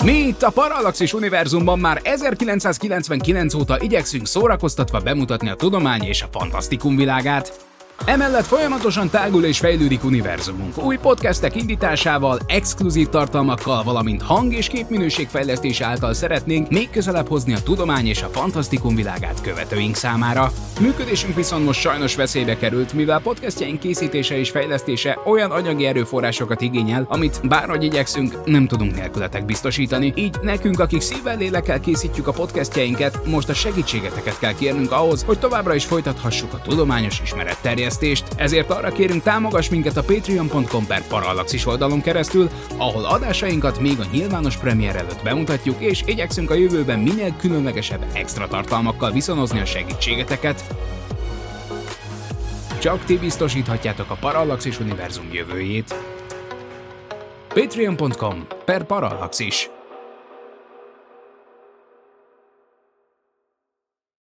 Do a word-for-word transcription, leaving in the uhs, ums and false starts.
Mi itt a Parallaxis univerzumban már ezerkilencszázkilencvenkilenc óta igyekszünk szórakoztatva bemutatni a tudomány és a fantasztikum világát. Emellett folyamatosan tágul és fejlődik univerzumunk. Új podcastek indításával, exkluzív tartalmakkal, valamint hang- és képminőségfejlesztés által szeretnénk még közelebb hozni a tudomány és a fantasztikum világát követőink számára. Működésünk viszont most sajnos veszélybe került, mivel podcastjaink készítése és fejlesztése olyan anyagi erőforrásokat igényel, amit bárhogy igyekszünk, nem tudunk nélkületek biztosítani. Így nekünk, akik szívvel lélekkel készítjük a podcastjainket, most a segítségeteket kell kérnünk ahhoz, hogy továbbra is folytathassuk a tudományos ismeretterjesztést. Ezért arra kérünk, támogass minket a patreon pont com per Parallaxis oldalon keresztül, ahol adásainkat még a nyilvános premier előtt bemutatjuk, és igyekszünk a jövőben minél különlegesebb extra tartalmakkal viszonozni a segítségeteket. Csak ti biztosíthatjátok a Parallaxis univerzum jövőjét. patreon pont com per Parallaxis